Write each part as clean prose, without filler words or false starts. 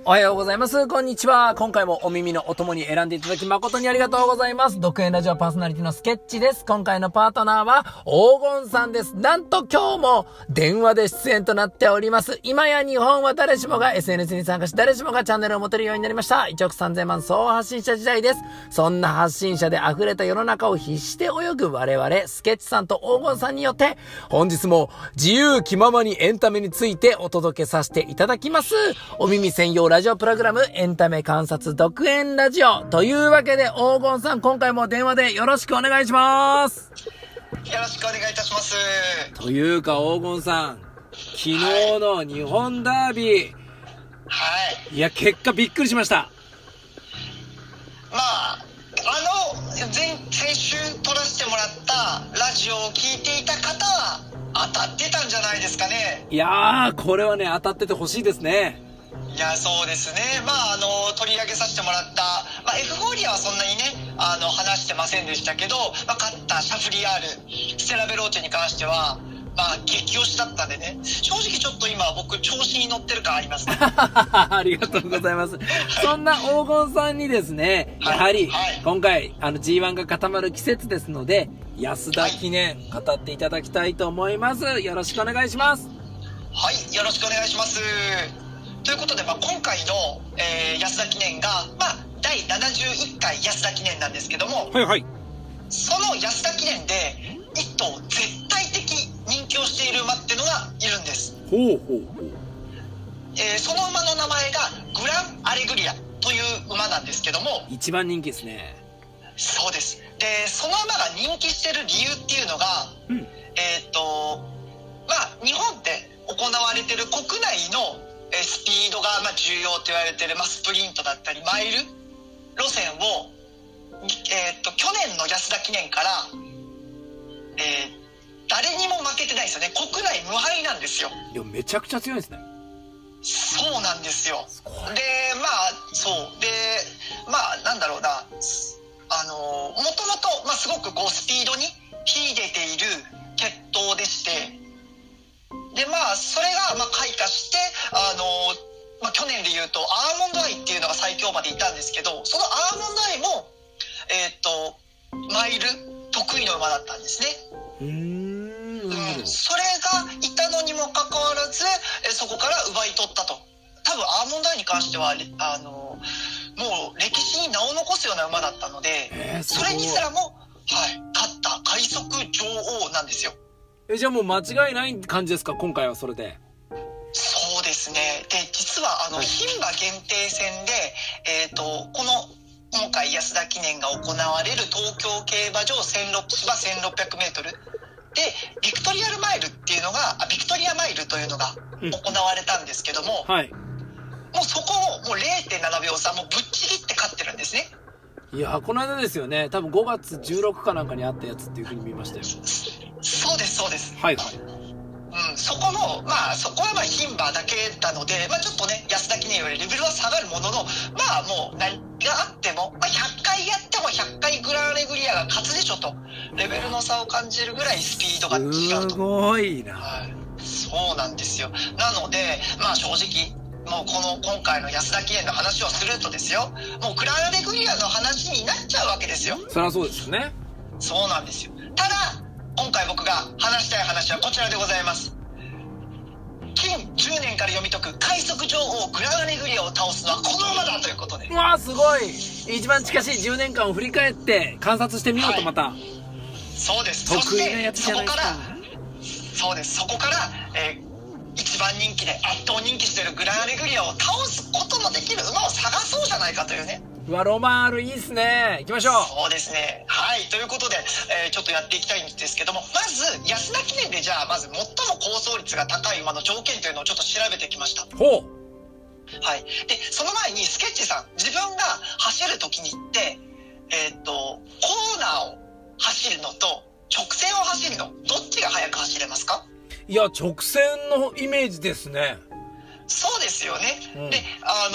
おはようございます。こんにちは。今回もお耳のお供に選んでいただき誠にありがとうございます。独演ラジオパーソナリティのスケッチです。今回のパートナーは黄金さんです。なんと今日も電話で出演となっております。今や日本は誰しもが SNS に参加し、誰しもがチャンネルを持てるようになりました。1億3000万総発信者時代です。そんな発信者で溢れた世の中を必死で泳ぐ我々、スケッチさんと黄金さんによって、本日も自由気ままにエンタメについてお届けさせていただきます。お耳専用ラジオプログラムエンタメ観察独演ラジオというわけで、黄金さん今回も電話でよろしくお願いします。 よろしくお願いいたします。 というか黄金さん、昨日の日本ダービー、いや結果びっくりしました。 まあ先週撮らせてもらったラジオを聞いていた方は当たってたんじゃないですかね。 いやーこれはね当たっててほしいですね。 いやそうですね。取り上げさせてもらった、エフフォーリアはそんなにね話してませんでしたけど、勝ったシャフリヤール、ステラベローチェに関しては激推しだったんでね、正直ちょっと今僕調子に乗ってる感ありますね。 ありがとうございます。そんな黄金さんにですね、やはり今回G1 が固まる季節ですので、安田記念語っていただきたいと思います。よろしくお願いします。 はい、よろしくお願いします。ということで、今回の、安田記念が、第71回安田記念なんですけども、その安田記念で一頭絶対的人気をしている馬っていうのがいるんです。その馬の名前がグランアレグリアという馬なんですけども、 一番人気ですね。 そうです。でその馬が人気してる理由っていうのが、日本で行われてる国内のスピードが重要と言われているスプリントだったりマイル路線を、去年の安田記念から、誰にも負けてないですよね。国内無敗なんですよ。 いやめちゃくちゃ強いですね。 そうなんですよ。でなんだろうな、もともとすごくスピードに秀でている血統でして、でそれが開花して、去年でいうとアーモンドアイっていうのが最強馬でいたんですけど、そのアーモンドアイもマイル得意の馬だったんですね。それがいたのにもかかわらず、そこから奪い取ったと。多分アーモンドアイに関してはもう歴史に名を残すような馬だったので、それにすらも勝った快速女王なんですよ。 じゃあもう間違いない感じですか、今回は。それでそうですね。で実は牝馬限定戦で、今回安田記念が行われる東京競馬場1600メートルでビクトリアマイルというのが行われたんですけども、もうそこをもう 0.7 秒差もうぶっちぎって勝ってるんですね。 いやこの間ですよね。多分5月16かなんかにあったやつっていう風に見ましたよ。 そうですそうです。そこのそこは牝馬だけなので、ちょっとね安田記念よりレベルは下がるものの、もう何があっても、100回やっても100回グランアレグリアが勝つでしょと、レベルの差を感じるぐらいスピードが違うと。 すごいな。 そうなんですよ。なので正直もう今回の安田記念の話をするとですよ、もうグランアレグリアの話になっちゃうわけですよ。 そりゃそうですよね。 そうなんですよ。ただ今回僕が話したい話はこちらでございます。近10年から読み解く快速女王グランアレグリアを倒すのはこの馬だということで。 うわすごい。一番近しい10年間を振り返って観察してみようと。またそうです。 得意なやつじゃないですか。 そこから、一番人気で圧倒人気しているグランアレグリアを倒すことのできる馬を探そうじゃないかというね。 ロマンある。いいっすね。行きましょう。 そうですね。ということで、ちょっとやっていきたいんですけども、まず安田記念でまず最も好走率が高い馬の条件というのをちょっと調べてきました。でその前にスケッチさん、自分が走る時にってコーナーを走るのと直線を走るの、どっちが速く走れますか？ いや直線のイメージですね。 そうですよね。で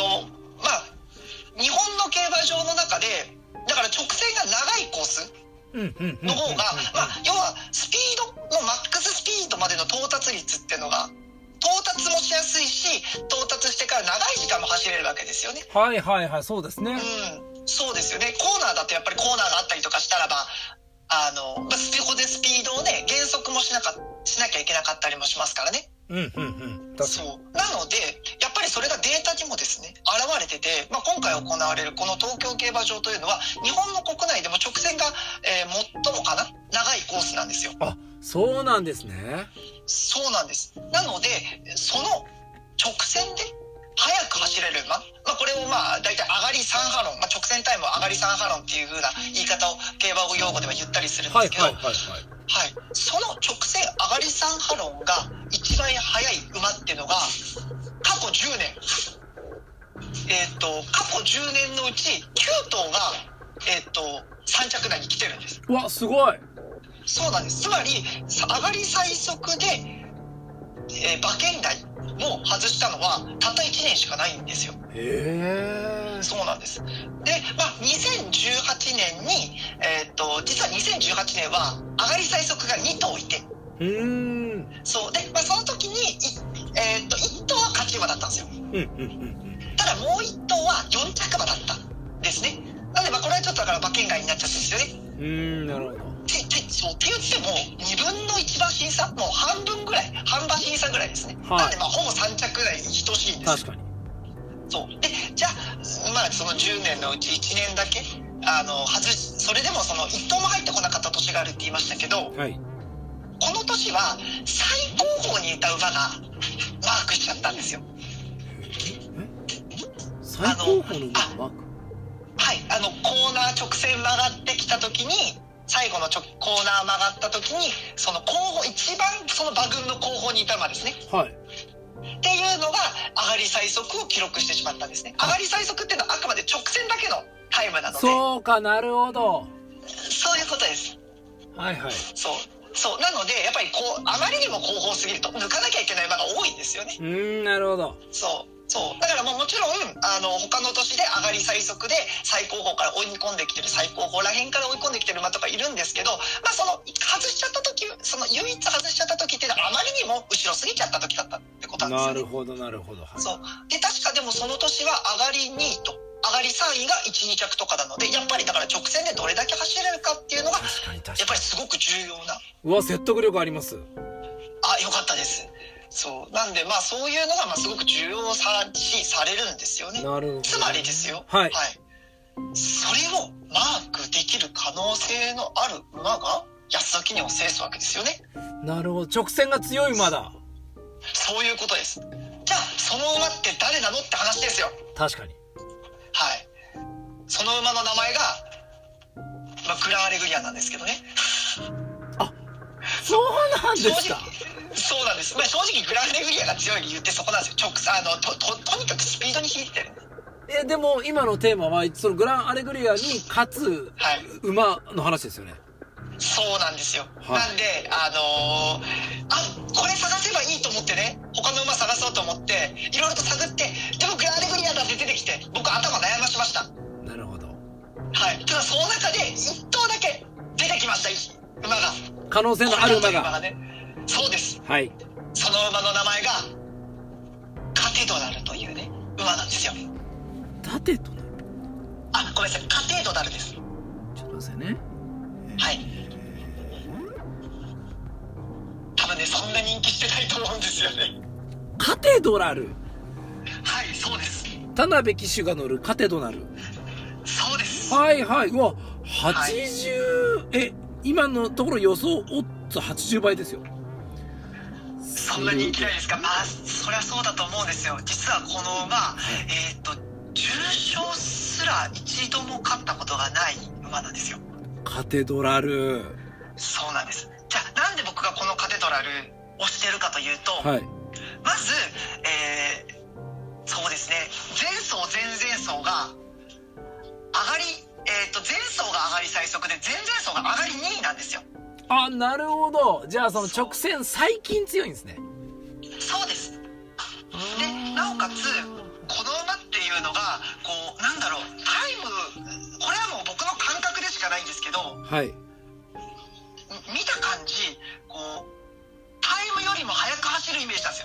日本の競馬場の中でだから直線が長いコースの方が要はスピードのマックススピードまでの到達率っていうのが到達もしやすいし、到達してかから長い時間も走れるわけですよね。 はいはいはい、そうですね。 うん、そうですよね。コーナーだとやっぱりコーナーがあったりとかしたらば、そこでスピードをね、減速もしなきゃいけなかったりもしますからね。 うんうんうん。確かそうに。 なのでやっぱりそれがデータにもですね現れてて、今回行われるこの東京競馬場というのは日本の国内でも直線が、最もかな長いコースなんですよ。 あ、そうなんですね。 そうなんです。なのでその直線で速く走れる馬、これを大体上がり3ハロン、直線タイムを上がり3ハロンっていう風な言い方を競馬用語では言ったりするんですけど、 はいはいはいはい。 はい、その直線上がり3ハロンが一番速い馬っていうのが過去10年過去10年のうち9頭が3着台に来てるんです。 うわ、すごい。 そうなんです。つまり上がり最速で、馬券台も外したのはたった1年しかないんですよ。 へえ。 そうなんです。で、2018年に、実は2018年は上がり最速が2頭いて、そうで、その時に1頭は勝ち馬だったんですよ。ただもう1頭は4着馬だったんですね。なのでこれはちょっとだから馬券外になっちゃったんですよね。 なるほど。 って言っても2分の1馬審査、もう半分ぐらい、半馬審査ぐらいですね。 はい、 なんでほぼ3着ぐらいに等しいんです。 確かに。 そうで、じゃあその10年のうち1年だけそれでもその1頭も入ってこなかった年があるって言いましたけど、 はい、 この年は最高峰にいた馬がマークしちゃったんですよ。 最高峰の馬がマーク。 はい、コーナー直線曲がってきた時に、最後のコーナー曲がった時にその後方、一番その馬群の後方にいた馬ですね。 はい。 っていうのが上がり最速を記録してしまったんですね。上がり最速っていうのはあくまで直線だけのタイムなので。 そうか、なるほど。 そういうことです。 はいはい。 そうなのでやっぱりあまりにも後方すぎると抜かなきゃいけない馬が多いんですよね。 なるほど。 そうだからもちろん他の年で上がり最速で最高峰から追い込んできてる、最高峰らへんから追い込んできてる馬とかいるんですけど、その外しちゃった時、その唯一外しちゃった時っていうのはあまりにも後ろ過ぎちゃった時だったってことなんですよね。 なるほどなるほど。はい、 そうで確かでもその年は上がり2位と上がり3位が 1,2 着とかなので、やっぱりだから直線でどれだけ走れるかっていうのがやっぱりすごく重要な。 うわ、説得力あります。 よかったです。そうなんでそういうのがすごく重要視されるんですよね。 なるほど。 つまりですよ、 はい、 それをマークできる可能性のある馬が安田記念を制すわけですよね。 なるほど、直線が強い馬だ。 そういうことです。じゃあその馬って誰なのって話ですよ。 確かに。 はい、その馬の名前が、グランアレグリアなんですけどね。 あ、そうなんですか。 そうなんです。正直グランアレグリアが強い理由ってそこなんですよ。とにかくスピードに引いてる。 でも今のテーマはそのグランアレグリアに勝つ馬の話ですよね。 そうなんですよ。 はい、 なんでこれ探せばいいと思ってね、他の馬探そうと思っていろいろと探って、でもグランアレグリアだって出てきて僕頭悩ましました。 なるほど。 はい。ただその中で1頭だけ出てきました、馬が。 可能性のある馬が。 そうです。 はい。 その馬の名前がカテドラルというね馬なんですよ。 カテドラル。 ごめんなさい、カテドラルです。 ちょっと待ってくださいね。 はい。多分ねそんな人気してないと思うんですよね。 カテドラル。 はい、そうです。 田辺騎手が乗るカテドラル。 そうです。 はいはい。うわ、80、今のところ予想オッズ80倍ですよ。 そんな人気ないですか。そりゃそうだと思うんですよ。実はこの馬、重賞すら一度も勝ったことがない馬なんですよ。 カテドラル。 そうなんです。じゃあなんで僕がこのカテドラルをしてるかというと、 はい、 まず、そうですね、前走前々走が上がり、前走が上がり最速で前々走が上がり2位なんですよ。 なるほど。じゃあその直線最近強いんですね。 そうです。でなおかつこの馬っていうのがなんだろう、タイム、これはもう僕の感覚でしかないんですけど、 はい、 見た感じタイムよりも速く走るイメージなんですよ。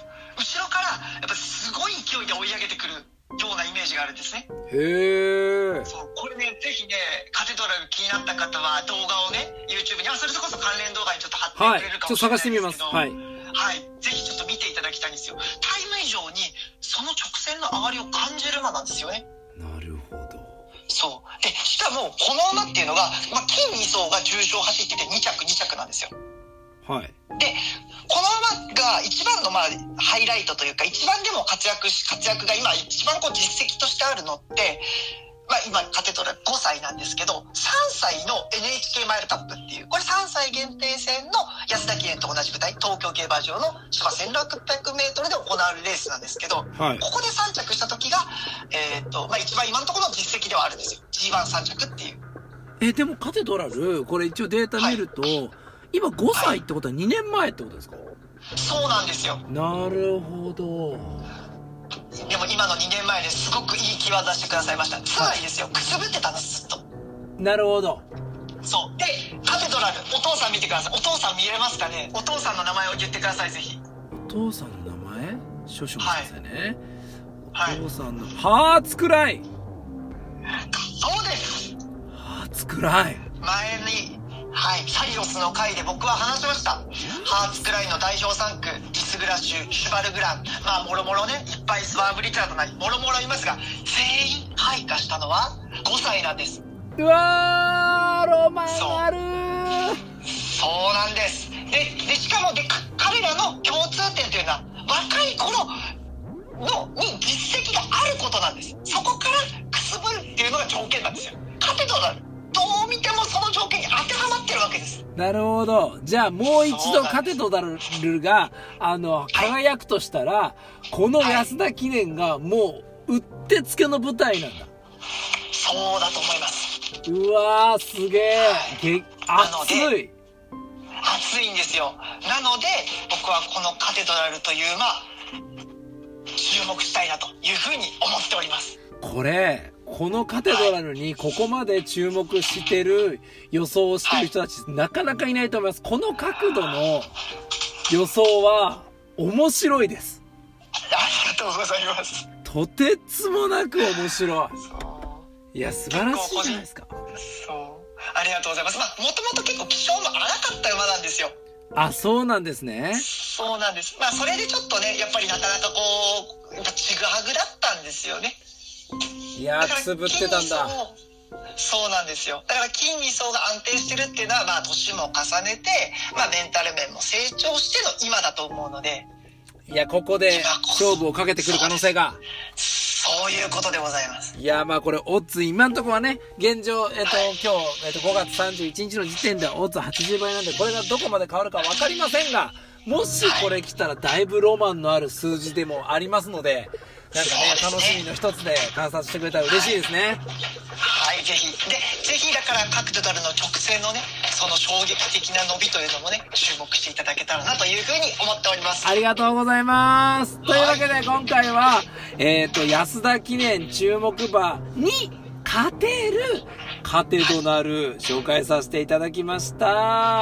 後ろからやっぱすごい勢いで追い上げてくるようなイメージがあるんですね。 へえ。 そう、これね、ぜひね、カテドラル気になった方は動画をね、YouTube に、それこそ関連動画にちょっと貼ってくれるかもしれないんですけど、 ちょっと探してみます。はい。 はい。ぜひちょっと見ていただきたいんですよ。タイム以上に、その直線の上がりを感じる馬なんですよね。 なるほど。 そう。で、しかも、この馬っていうのが、金2走が重賞走ってて2着なんですよ。 はい。 で、この馬が一番のハイライトというか、一番でも活躍が今一番実績としてあるのって、今カテドラル5歳なんですけど、3歳の NHK マイルカップっていう、これ3歳限定戦の安田記念と同じ舞台、東京競馬場の芝1600メートルで行われるレースなんですけど、 はい、 ここで3着した時が、一番今のところの実績ではあるんですよ。G13 着っていう。 でもカテドラル、これ一応データ見ると、今5歳ってことは2年前ってことですか？ そうなんですよ。 なるほど。 でも今の2年前ですごくいいキーワード出してくださいました。つまりですよ、くすぶってたんです、ずっと。 なるほど。 そう。で、カテドラル、お父さん見てください。お父さん見えますかね？お父さんの名前を言ってください、ぜひ。 お父さんの名前？少々待ってくださいね。 はい。 お父さんの、ハーツクライ。 そうです。 ハーツクライ。 前に、サリオスの回で僕は話しました。ハーツクライの代表3区、ディスグラッシュ、シュバルグラン、もろもろね、いっぱいスワーブリチャードなり、もろもろいますが、全員開花したのは5歳なんです。 うわー、ロマンあるー。そうなんです。で、しかも彼らの共通点というのは、若い頃に実績があることなんです。そこからくすぶるっていうのが条件なんですよ。カテドラル、どう見てもその条件に当てはまってるわけです。 なるほど。じゃあもう一度カテドラルが輝くとしたら、この安田記念がもううってつけの舞台なんだ。 そうだと思います。 うわー、すげえ。熱い。 熱いんですよ。なので僕はこのカテドラルという注目したいなというふうに思っております。 このカテドラルにここまで注目してる予想をしてる人たち、なかなかいないと思います。この角度の予想は面白いです。 ありがとうございます。 とてつもなく面白い。いや、素晴らしいじゃないですか。 そう。ありがとうございます。もともと結構気性も荒かった馬なんですよ。 あ、そうなんですね。 そうなんです。それでちょっとね、やっぱりなかなかちぐはぐだったんですよね。 いやー、くすぶってたんだ。 そうなんですよ。だから金2走が安定してるっていうのは、年も重ねて、メンタル面も成長しての今だと思うので。 いや、ここで勝負をかけてくる可能性が。 そういうことでございます。 いや、これ、オッズ、今のところはね、現状、今日、5月31日の時点ではオッズ80倍なんで、これがどこまで変わるかわかりませんが、もしこれ来たらだいぶロマンのある数字でもありますので、なんかね、楽しみの一つで観察してくれたら嬉しいですね。 はい、ぜひ。で、ぜひだからカテドラルの直線のね、その衝撃的な伸びというのもね、注目していただけたらなというふうに思っております。 ありがとうございます。というわけで今回は、安田記念注目馬に勝てるカテドラル紹介させていただきました。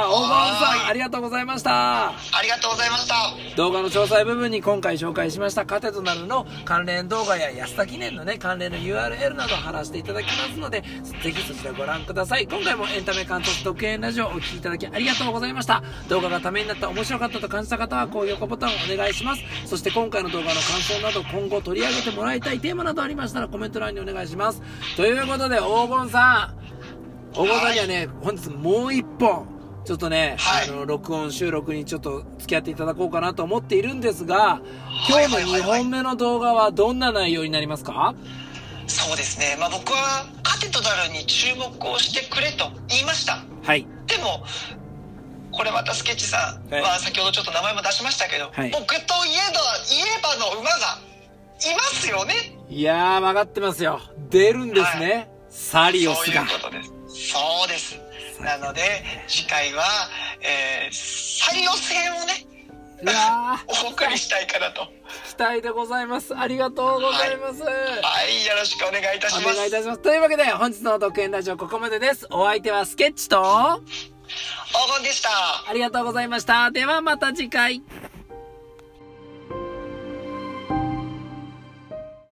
黄金さん、ありがとうございました。 ありがとうございました。 動画の詳細部分に今回紹介しましたカテドラルの関連動画や安田記念のね、関連の URL など貼らせていただきますので、ぜひそちらご覧ください。今回もエンタメ観察独演ラジオをお聞きいただきありがとうございました。動画がためになった、面白かったと感じた方は高評価ボタンをお願いします。そして今回の動画の感想など、今後取り上げてもらいたいテーマなどありましたらコメント欄にお願いします。ということで、黄金さんにはね、本日もう一本、ちょっとね、録音収録にちょっと付き合っていただこうかなと思っているんですが、今日の2本目の動画はどんな内容になりますか？ そうですね。僕はカテドラルに注目をしてくれと言いました。 はい。 でも、これまたスケッチさんは先ほどちょっと名前も出しましたけど、僕といえばの馬がいますよね。いやー、分かってますよ。出るんですね。サリオスが。 そういうことです。そうです。なので、次回は、サリオス編をね、お送りしたいかなと。 期待でございます。ありがとうございます。 はい、よろしくお願いいたします。 お願いいたします。というわけで、本日の独演ラジオここまでです。お相手はスケッチと、 黄金でした。 ありがとうございました。ではまた次回。